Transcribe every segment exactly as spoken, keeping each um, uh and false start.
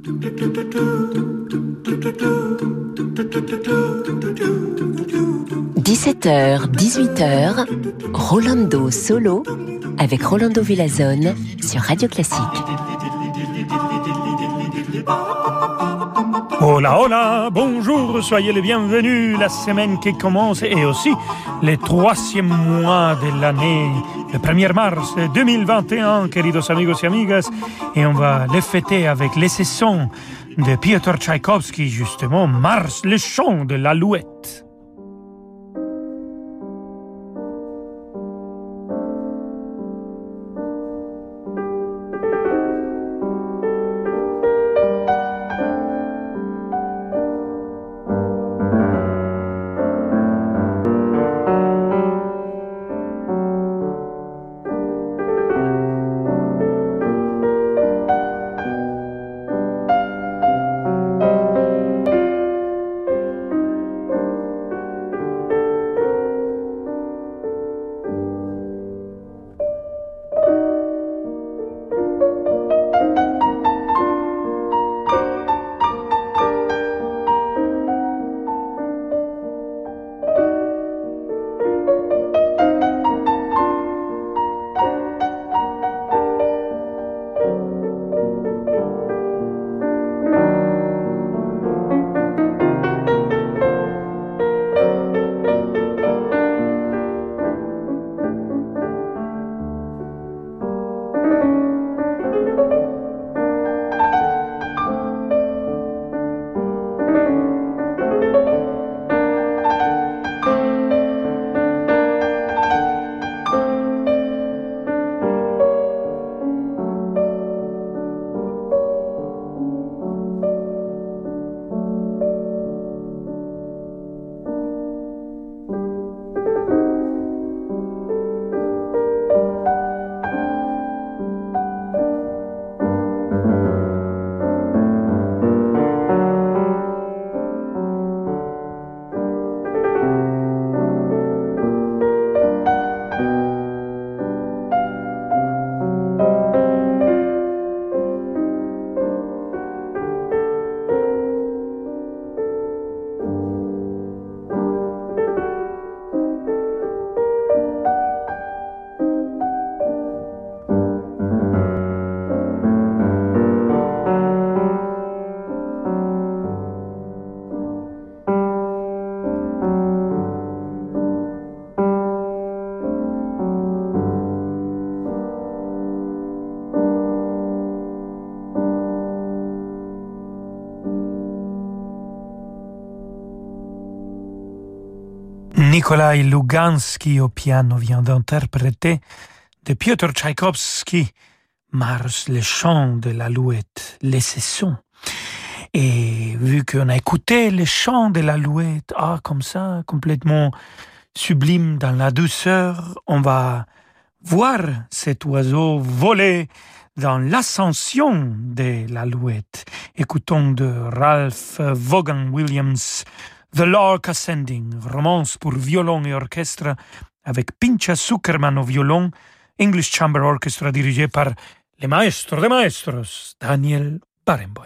dix-sept heures, dix-huit heures, Rolando Solo avec Rolando Villazone sur Radio Classique. Hola, hola, bonjour, soyez les bienvenus. La semaine qui commence et aussi le troisième mois de l'année, le premier mars deux mille vingt et un, queridos amigos y amigas, et on va les fêter avec les saisons de Piotr Tchaïkovski, justement, Mars, le chant de l'alouette. Nikolai Lugansky au piano vient d'interpréter de Piotr Tchaïkovski Mars, le chant de l'alouette, les saisons. Et vu qu'on a écouté le chant de l'alouette, ah, comme ça, complètement sublime dans la douceur, on va voir cet oiseau voler dans l'ascension de l'alouette. Écoutons de Ralph Vaughan Williams The Lark Ascending, romance pour violon et orchestre avec Pinchas Zuckerman au violon, English Chamber Orchestra dirigé par le maestro de maestros, Daniel Barenboim.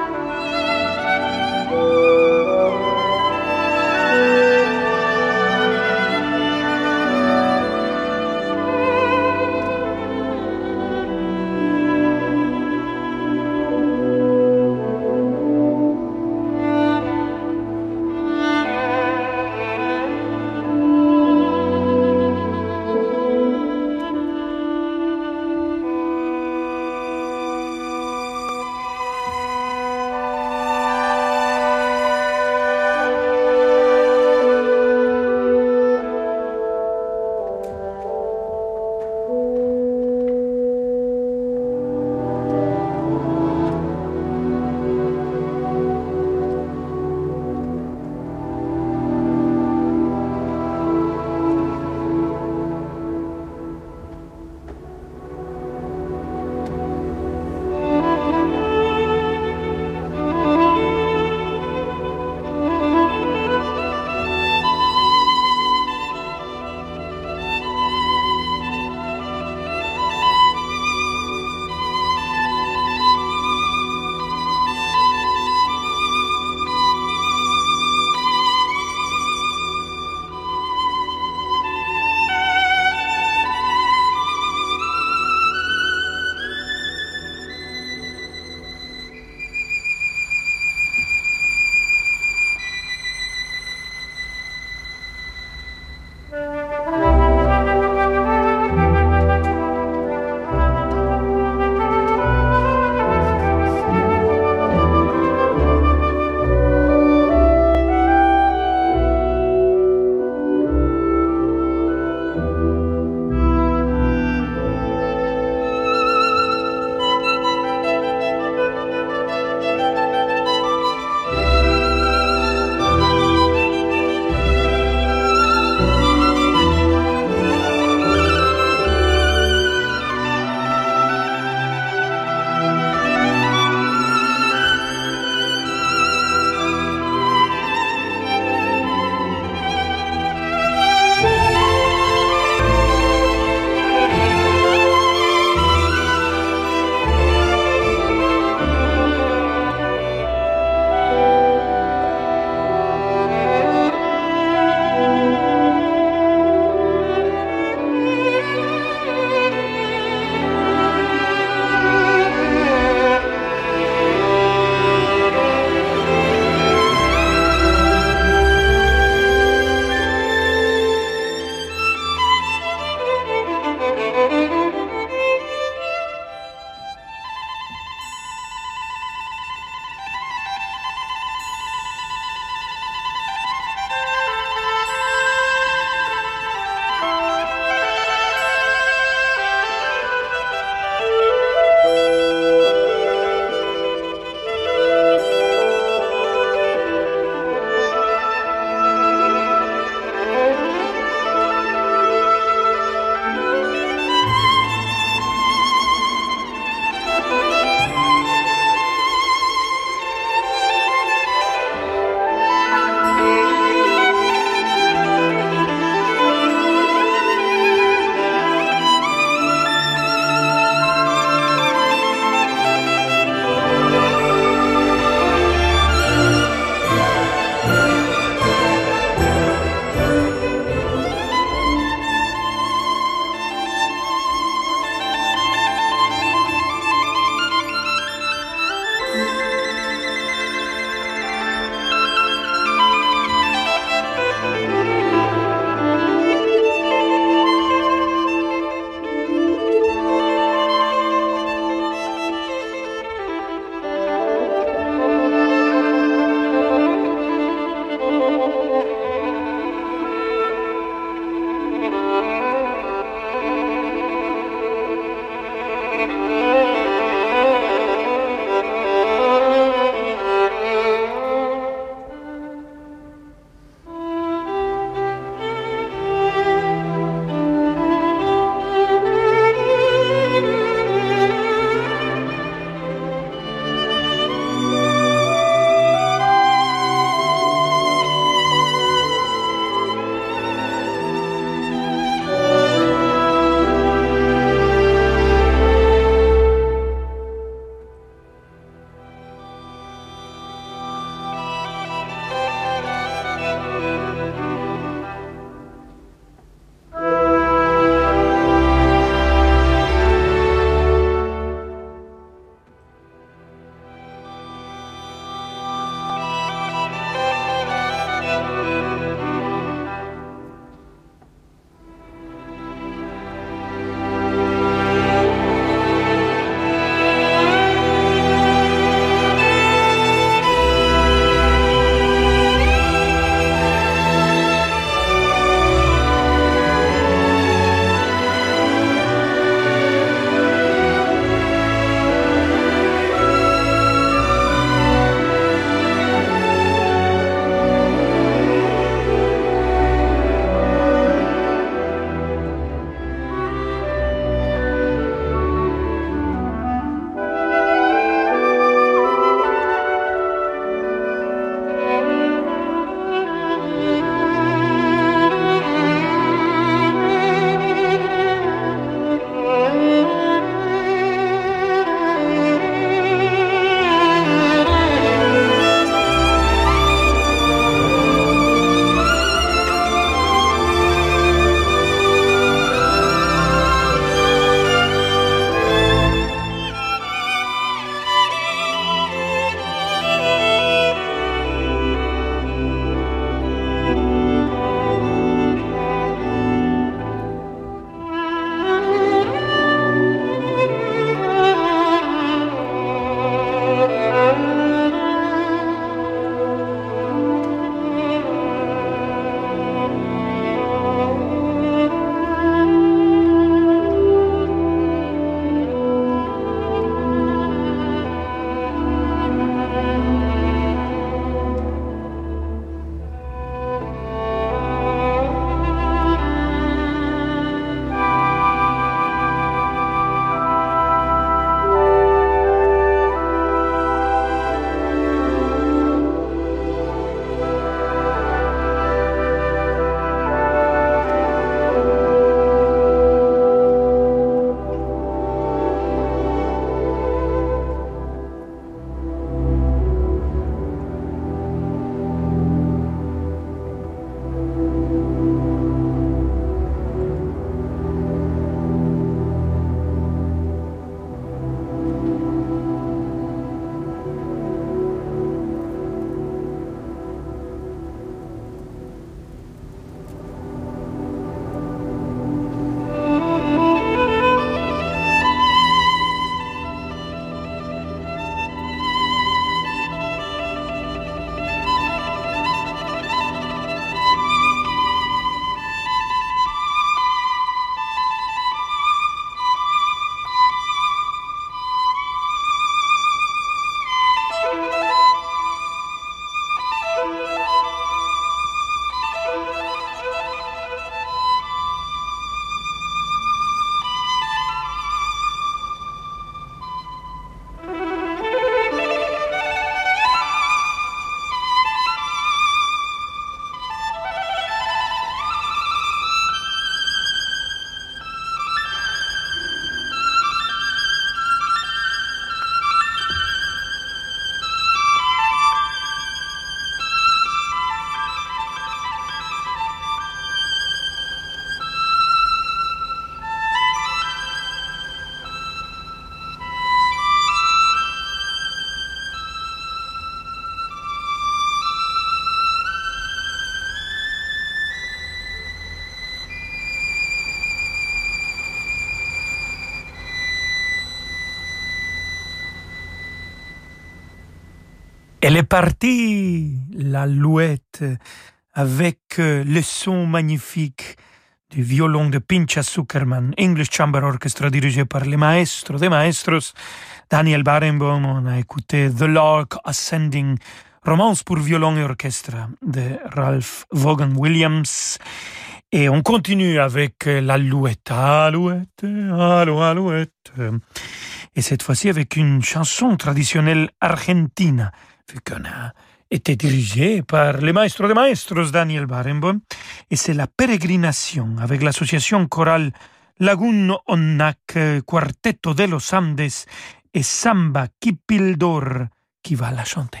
Elle est partie, l'Alouette, avec le son magnifique du violon de Pinchas Zuckerman, English Chamber Orchestra dirigé par le maestro des maestros, Daniel Barenboim. On a écouté The Lark Ascending, romance pour violon et orchestre de Ralph Vaughan Williams. Et on continue avec l'Alouette, Alouette, Alou, Alouette. Et cette fois-ci avec une chanson traditionnelle argentine, vu qu'on a été dirigé par le maestro de maestros Daniel Barenboim, et c'est la Pérégrination avec l'association chorale Lagun Onnac, Quartetto de los Andes et Samba Kipildor qui va la chanter.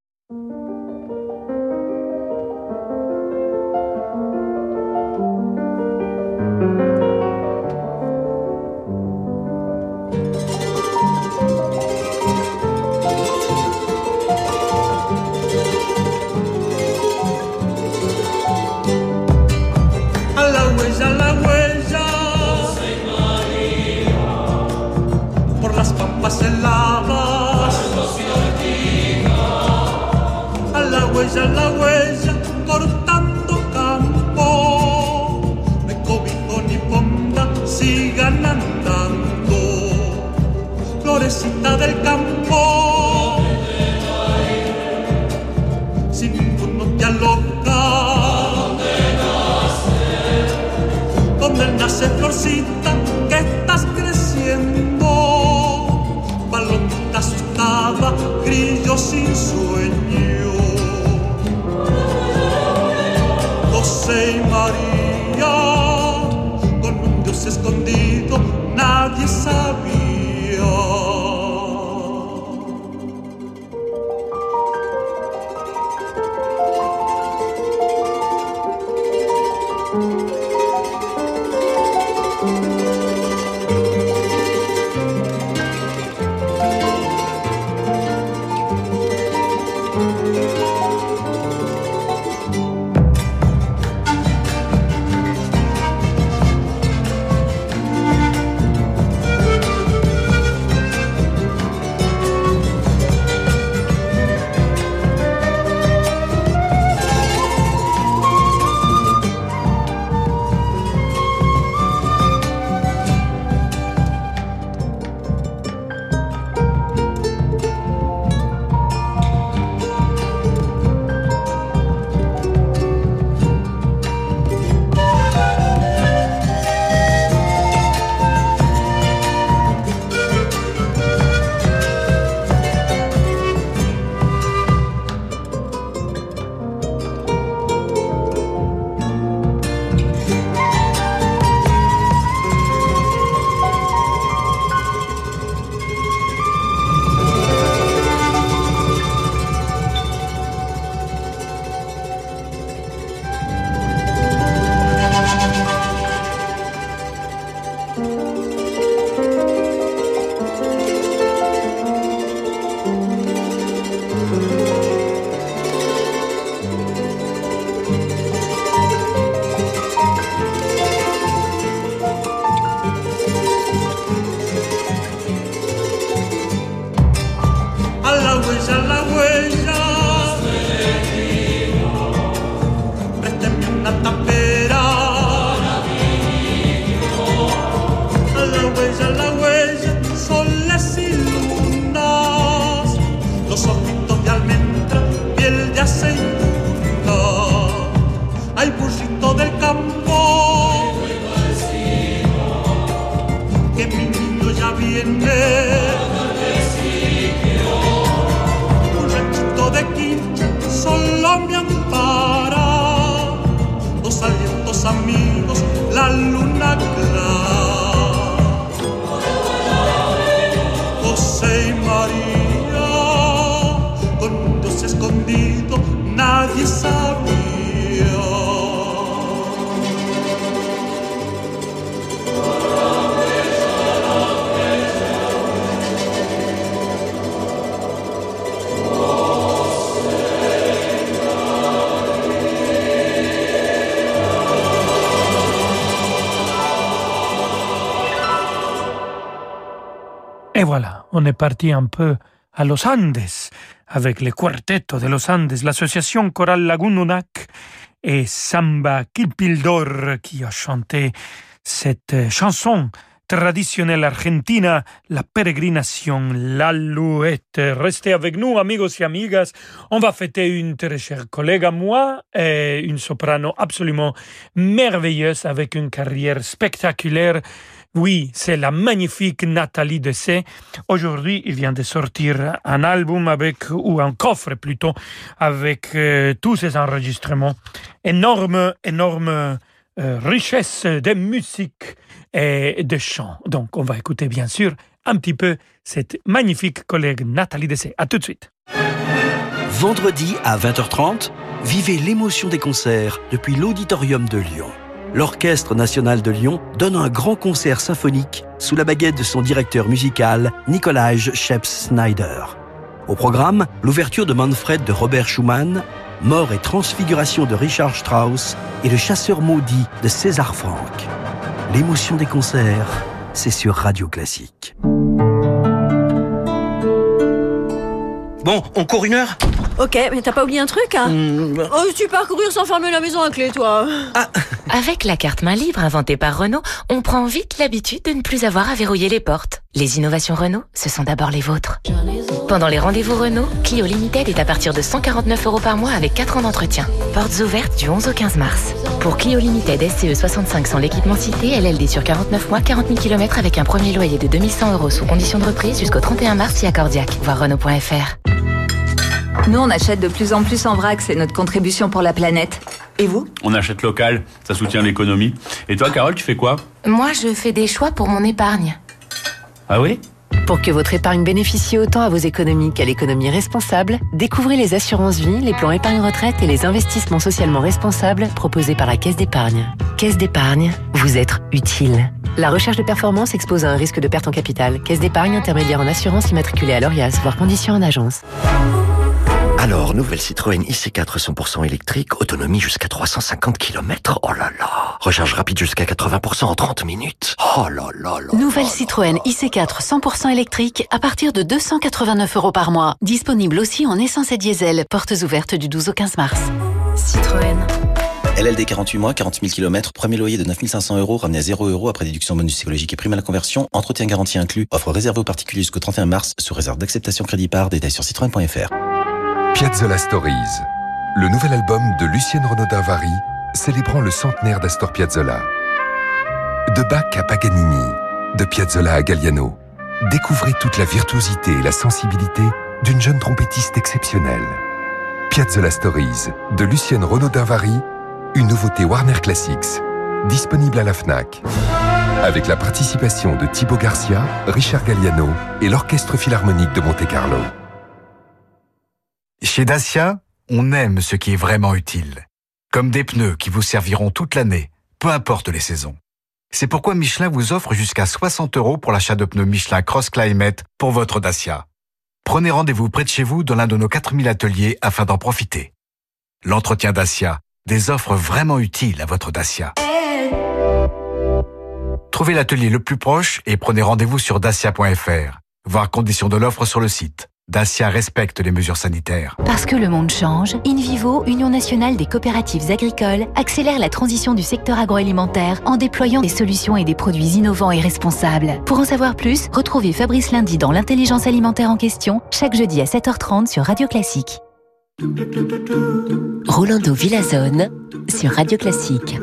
A la huella, cortando campo, me cobijo ni ponda, sigan andando, florecita del campo, si ninguno te aloca, donde nace florcita que estás creciendo, palomita asustada, grillo sin sueño. José y María, con un Dios escondido, nadie sabía. Et voilà, on est parti un peu à Los Andes avec le Quartetto de Los Andes, l'association chorale Lagununac et Samba Kilpildor qui a chanté cette chanson traditionnelle argentina, la pérégrination, l'Alouette. Restez avec nous, amigos et amigas. On va fêter une très chère collègue à moi, et une soprano absolument merveilleuse avec une carrière spectaculaire. Oui, c'est la magnifique Nathalie Dessay. Aujourd'hui, il vient de sortir un album avec, ou un coffre plutôt, avec euh, tous ses enregistrements. Énorme, énorme euh, richesse de musique et de chant. Donc, on va écouter bien sûr un petit peu cette magnifique collègue Nathalie Dessay. À tout de suite. Vendredi à vingt heures trente, vivez l'émotion des concerts depuis l'Auditorium de Lyon. L'Orchestre national de Lyon donne un grand concert symphonique sous la baguette de son directeur musical, Nikolaj Scheps-Snyder. Au programme, l'ouverture de Manfred de Robert Schumann, Mort et transfiguration de Richard Strauss et Le chasseur maudit de César Franck. L'émotion des concerts, c'est sur Radio Classique. Bon, on court une heure ? Ok, mais t'as pas oublié un truc, hein mmh. Oh, tu pars courir sans fermer la maison à clé, toi. Ah. Avec la carte main libre inventée par Renault, on prend vite l'habitude de ne plus avoir à verrouiller les portes. Les innovations Renault, ce sont d'abord les vôtres. Pendant les rendez-vous Renault, Clio Limited est à partir de cent quarante-neuf euros par mois avec quatre ans d'entretien. Portes ouvertes du onze au quinze mars. Pour Clio Limited S C E soixante-cinq sans l'équipement cité, L L D sur quarante-neuf mois, quarante mille kilomètres avec un premier loyer de deux mille cent euros sous condition de reprise jusqu'au trente et un mars si accordiaque. Voir Renault point F R. Nous, on achète de plus en plus en vrac, c'est notre contribution pour la planète. Et vous ? On achète local, ça soutient l'économie. Et toi, Carole, tu fais quoi ? Moi, je fais des choix pour mon épargne. Ah oui ? Pour que votre épargne bénéficie autant à vos économies qu'à l'économie responsable, découvrez les assurances vie, les plans épargne retraite et les investissements socialement responsables proposés par la Caisse d'épargne. Caisse d'épargne, vous être utile. La recherche de performance expose à un risque de perte en capital. Caisse d'épargne intermédiaire en assurance immatriculée à l'Orias, voire conditions en agence. Alors, nouvelle Citroën I C quatre cent pour cent électrique, autonomie jusqu'à trois cent cinquante kilomètres. Oh là là. Recharge rapide jusqu'à quatre-vingts pour cent en trente minutes. Oh là là là. Nouvelle Citroën I C quatre cent pour cent électrique à partir de deux cent quatre-vingt-neuf euros par mois. Disponible aussi en essence et diesel. Portes ouvertes du douze au quinze mars. Citroën. L L D quarante-huit mois, quarante mille kilomètres, premier loyer de neuf mille cinq cents euros, ramené à zéro euros après déduction bonus psychologique et prime à la conversion, entretien garantie inclus, offre réservée aux particuliers jusqu'au trente et un mars, sous réserve d'acceptation crédit par, détails sur citroën point F R. Piazzolla Stories, le nouvel album de Lucienne Renaud-Dinvary, célébrant le centenaire d'Astor Piazzolla. De Bach à Paganini, de Piazzolla à Galliano, découvrez toute la virtuosité et la sensibilité d'une jeune trompettiste exceptionnelle. Piazzolla Stories, de Lucienne Renaud-Dinvary, une nouveauté Warner Classics, disponible à la Fnac. Avec la participation de Thibaut Garcia, Richard Galliano et l'Orchestre Philharmonique de Monte-Carlo. Chez Dacia, on aime ce qui est vraiment utile. Comme des pneus qui vous serviront toute l'année, peu importe les saisons. C'est pourquoi Michelin vous offre jusqu'à soixante euros pour l'achat de pneus Michelin Cross Climate pour votre Dacia. Prenez rendez-vous près de chez vous dans l'un de nos quatre mille ateliers afin d'en profiter. L'entretien Dacia, des offres vraiment utiles à votre Dacia. Trouvez l'atelier le plus proche et prenez rendez-vous sur dacia point F R. Voir conditions de l'offre sur le site. Dacia respecte les mesures sanitaires. Parce que le monde change, InVivo, Union nationale des coopératives agricoles, accélère la transition du secteur agroalimentaire en déployant des solutions et des produits innovants et responsables. Pour en savoir plus, retrouvez Fabrice Lundi dans l'intelligence alimentaire en question, chaque jeudi à sept heures trente sur Radio Classique. Rolando Villazone sur Radio Classique.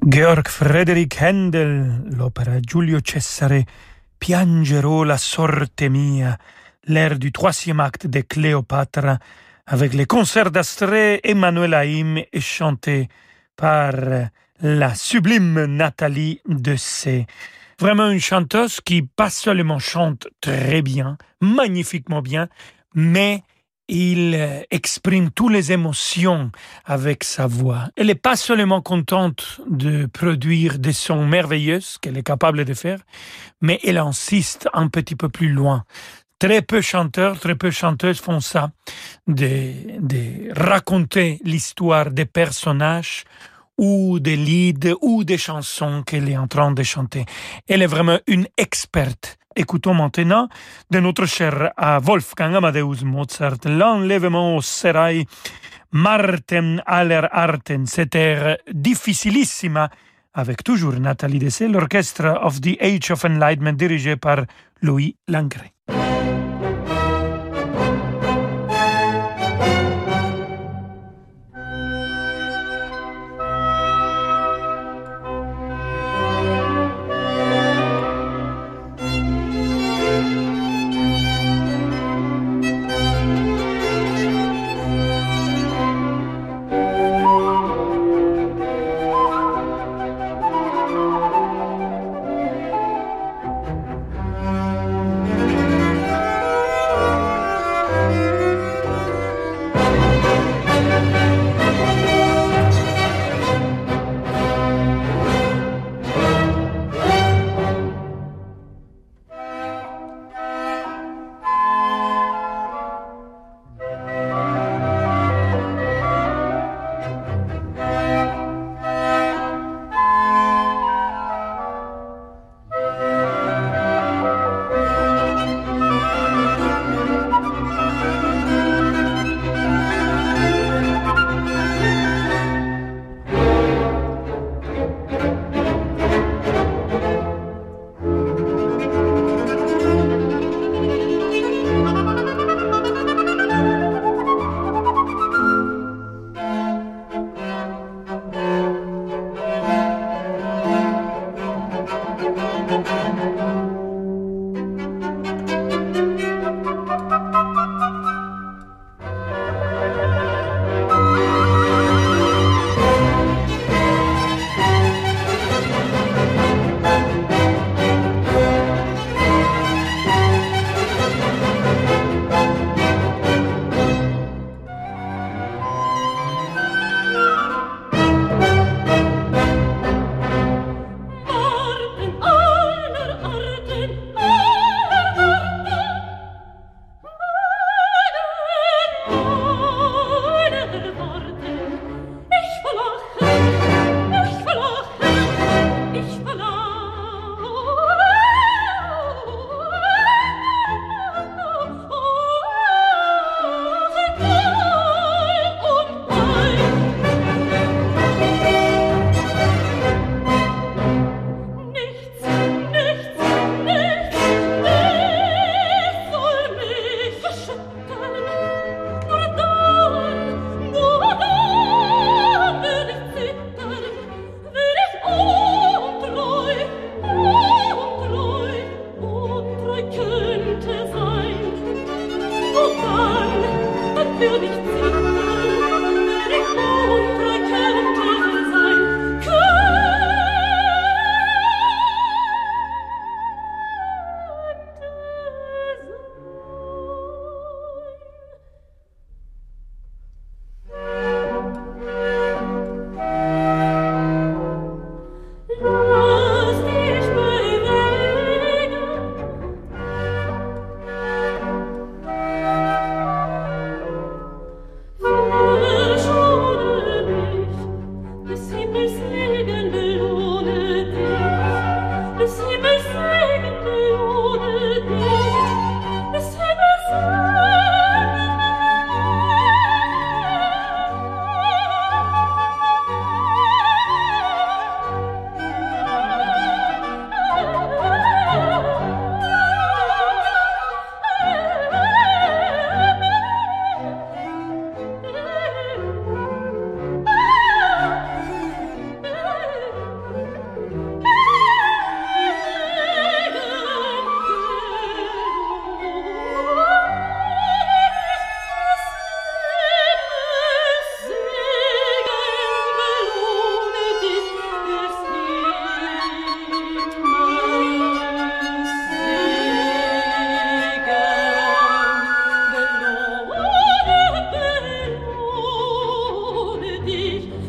Georg Friedrich Händel, l'opéra Giulio Cesare, Piangerò la sorte mia, l'air du troisième acte de Cléopâtre, avec les concerts d'Astrée et Manuel Haïm et chanté par la sublime Nathalie Dessay. Vraiment une chanteuse qui pas seulement chante très bien, magnifiquement bien, mais il exprime toutes les émotions avec sa voix. Elle n'est pas seulement contente de produire des sons merveilleux qu'elle est capable de faire, mais elle insiste un petit peu plus loin. Très peu chanteurs, très peu chanteuses font ça, de, de raconter l'histoire des personnages ou des leads ou des chansons qu'elle est en train de chanter. Elle est vraiment une experte. Écoutons maintenant de notre cher Wolfgang Amadeus Mozart, l'enlèvement au sérail, Marten aller Arten, cette air difficilissima, avec toujours Nathalie Dessay, l'orchestre of the Age of Enlightenment dirigé par Louis Langrée.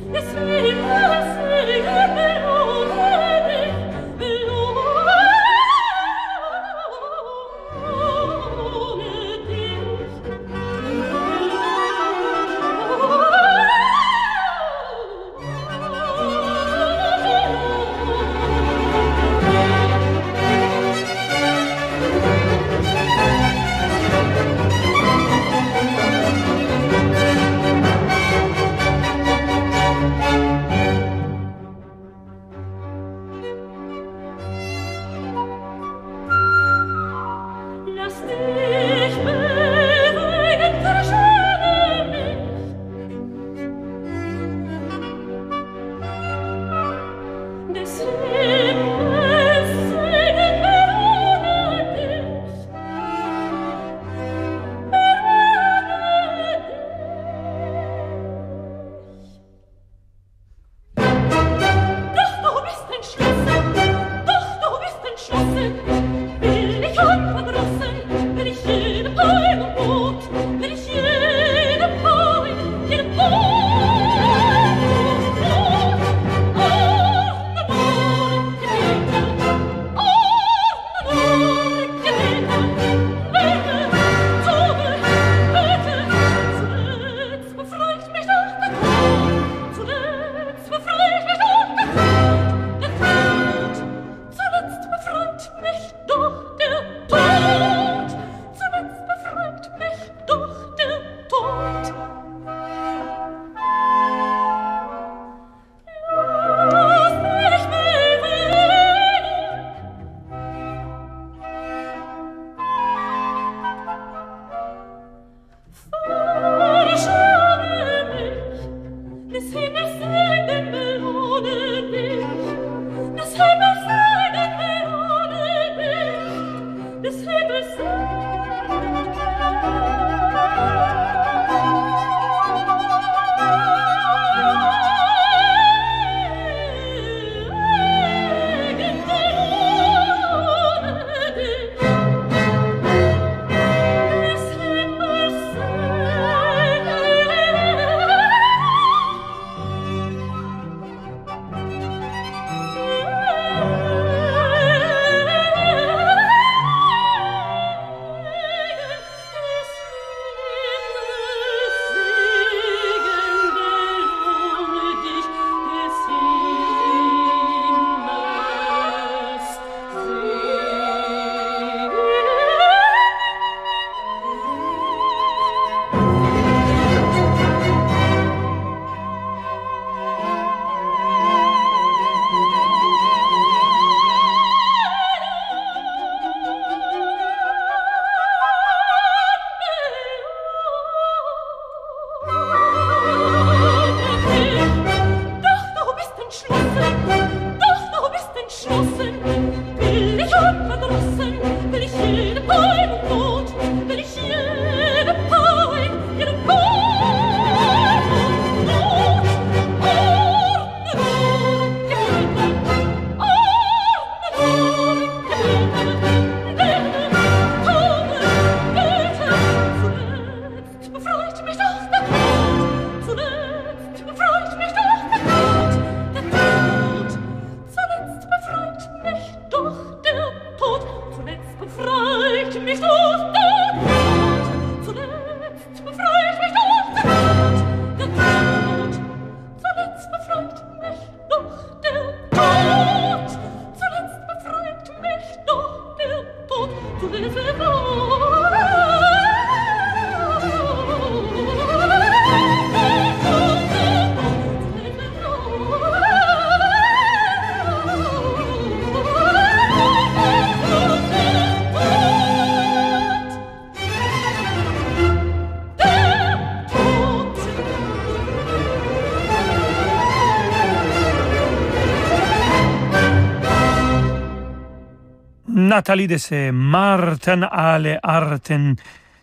Nathalie Dessay, Martin alle Arten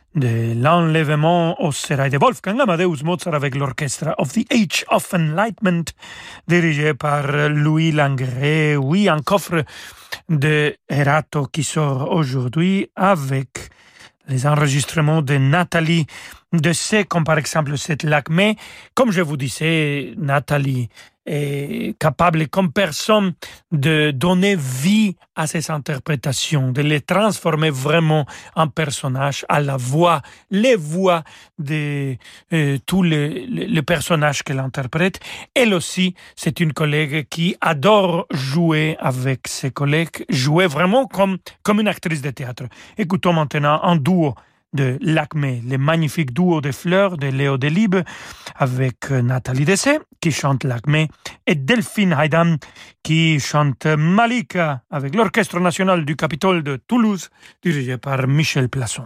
de l'enlèvement au sérail de Wolfgang Amadeus Mozart avec l'orchestre of the Age of Enlightenment dirigé par Louis Langret. Oui, un coffre de Erato qui sort aujourd'hui avec les enregistrements de Nathalie Dessay, comme par exemple cette Lakmé. Comme je vous disais, Nathalie est capable, comme personne, de donner vie à ses interprétations, de les transformer vraiment en personnages, à la voix, les voix de euh, tous les, les, les personnages qu'elle interprète. Elle aussi, c'est une collègue qui adore jouer avec ses collègues, jouer vraiment comme, comme une actrice de théâtre. Écoutons maintenant un duo de Lakmé, le magnifique duo de fleurs de Léo Delibes avec Nathalie Dessay qui chante Lakmé et Delphine Haydam qui chante Malika avec l'Orchestre national du Capitole de Toulouse dirigé par Michel Plasson.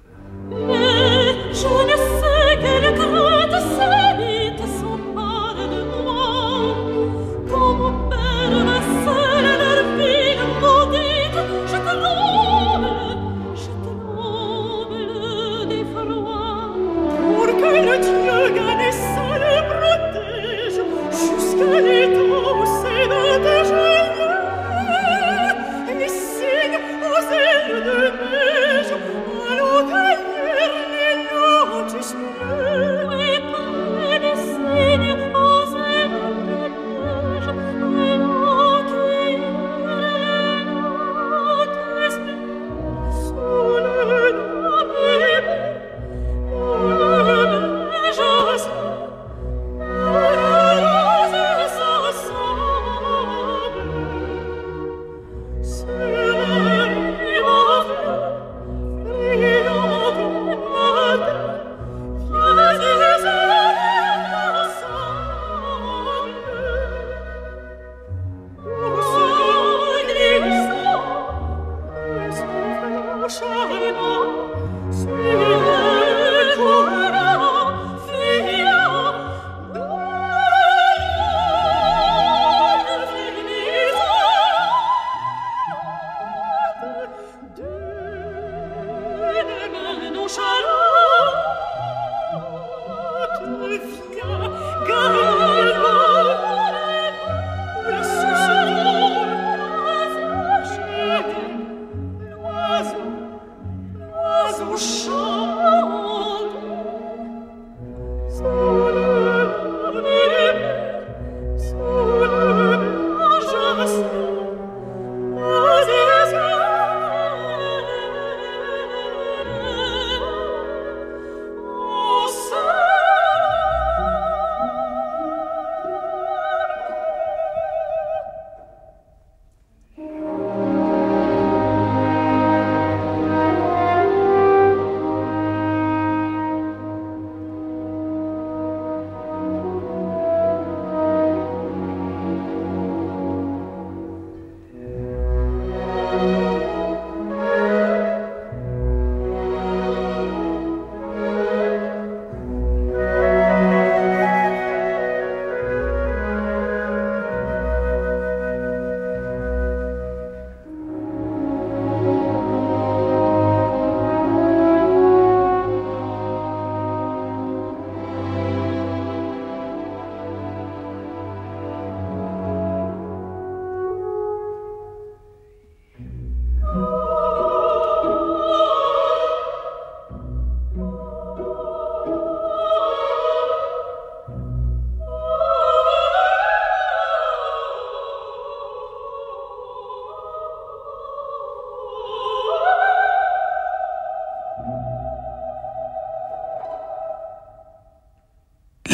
Je ne sais quelle crainte s'habite son pas de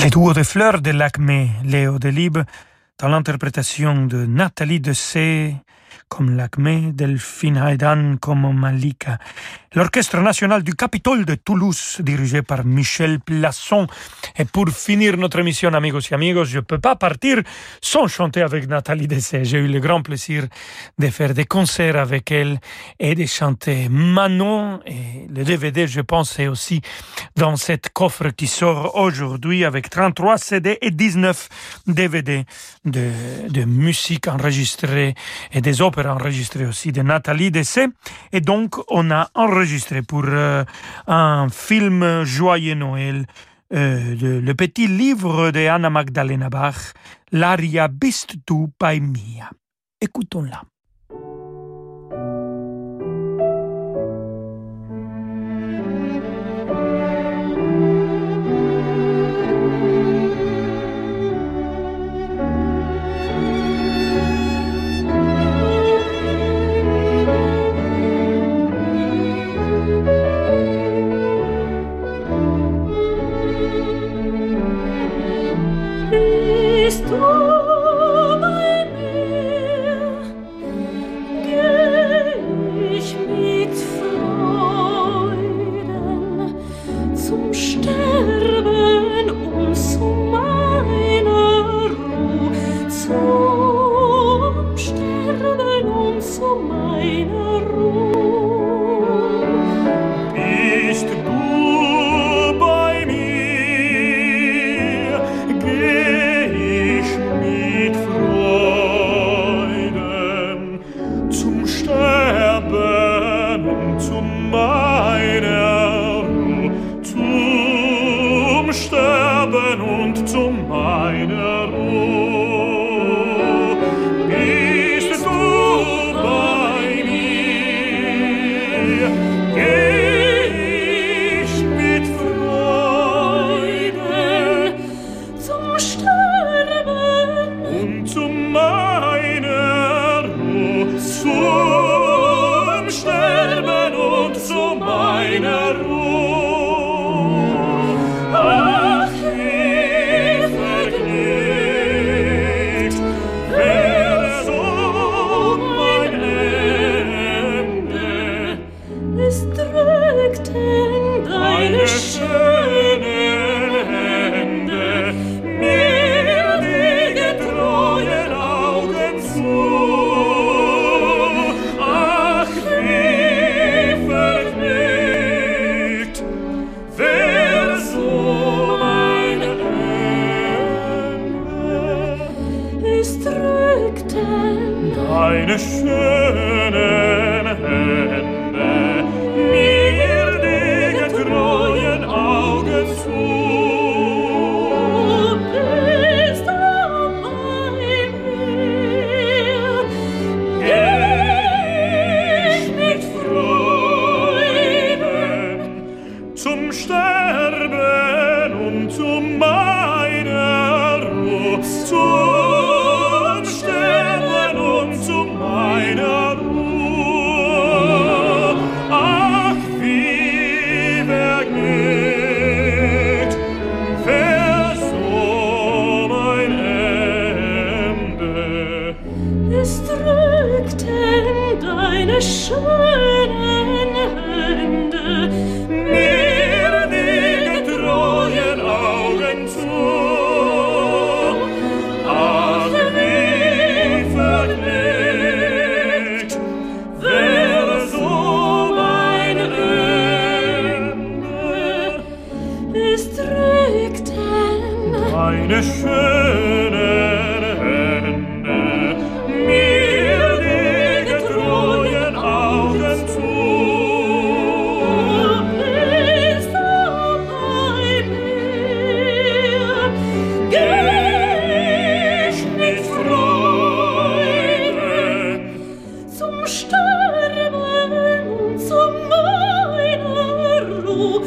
Les duos de fleurs de Lakmé, Léo Delibes, dans l'interprétation de Nathalie Dessay comme Lakmé, Delphine Haïdan comme Malika. L'Orchestre national du Capitole de Toulouse, dirigé par Michel Plasson. Et pour finir notre émission, amigos et amigos, je ne peux pas partir sans chanter avec Nathalie Dessay. J'ai eu le grand plaisir de faire des concerts avec elle et de chanter Manon. Et le D V D, je pense, est aussi dans cette coffre qui sort aujourd'hui avec trente-trois C D et dix-neuf D V D de, de musique enregistrée et des opéras enregistrées aussi de Nathalie Dessay. Et donc, on a enregistré pour euh, un film Joyeux Noël, euh, de, le petit livre de Anna Magdalena Bach, l'aria Bist du bei mir. Écoutons-la. Bist du bei mir? Geh ich mit Freuden zum Sterben und zu meiner Ruhe, zum Sterben und zu meiner Ruhe. Bist du bei mir? Geh ich mit Freuden zum Sterben und zu meiner Ruhe, zum Sterben und zu meiner Ruhe. Bist du bei mir? Geh ich mit Freuden zum Sterben und zu meiner Ruhe, zum Sterben und zu meiner Ruhe. Ach, wie vergnügt wäre so mein Ende. Es drückten deine schönen Hände mir die getreuen Augen zu. Ach, wie vergnügt wäre so mein Ende. Es drückten deine schönen Hände mir die getreuen Augen zu. Bist du bei mir? Geh ich mit Freuden zum Sterben und zu meiner Ruhe, zum Sterben und zu meiner Ruhe. Ach, wie vergnügt wär so mein Ende. Es drückten deine schönen Hände mir die getreuen Augen zu. Ach, wie vergnügt wäre so mein Ende. Es drückten deine schönen Hände mir die getreuen Augen zu. Bist du bei mir? Geh ich mit Freuden zum Sterben und zu meiner Ruhe,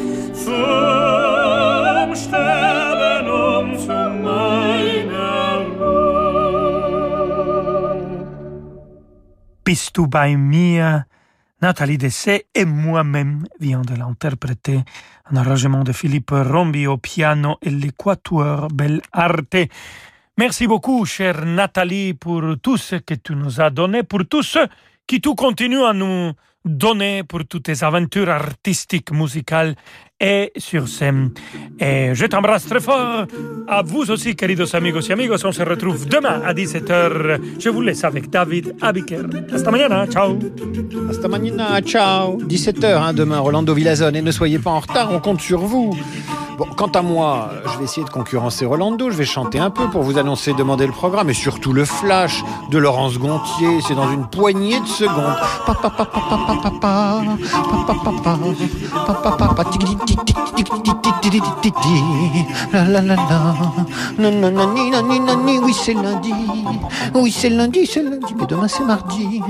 zum Sterben und zu meiner Ruhe. Bist du bei mir? Nathalie Dessay et moi-même viens de l'interpréter. Un arrangement de Philippe Rombi au piano et l'Équateur Bel Arte. Merci beaucoup, chère Nathalie, pour tout ce que tu nous as donné, pour tout ce que tu continues à nous donner, pour toutes tes aventures artistiques, musicales et sur scène. Et je t'embrasse très fort. À vous aussi, queridos amigos y amigos. On se retrouve demain à dix-sept heures. Je vous laisse avec David Abiker. Hasta mañana. Ciao. Hasta mañana. Ciao. dix-sept heures hein, demain, Rolando Villazone. Et ne soyez pas en retard, on compte sur vous. Bon, quant à moi, je vais essayer de concurrencer Rolando. Je vais chanter un peu pour vous annoncer, demander le programme et surtout le flash de Laurence Gontier. C'est dans une poignée de secondes. Papa, papa, papa, papa, papa, papa, papa, papa, la la la la, nanani, nani, nani, oui c'est lundi, oui c'est lundi, c'est lundi, mais demain c'est mardi.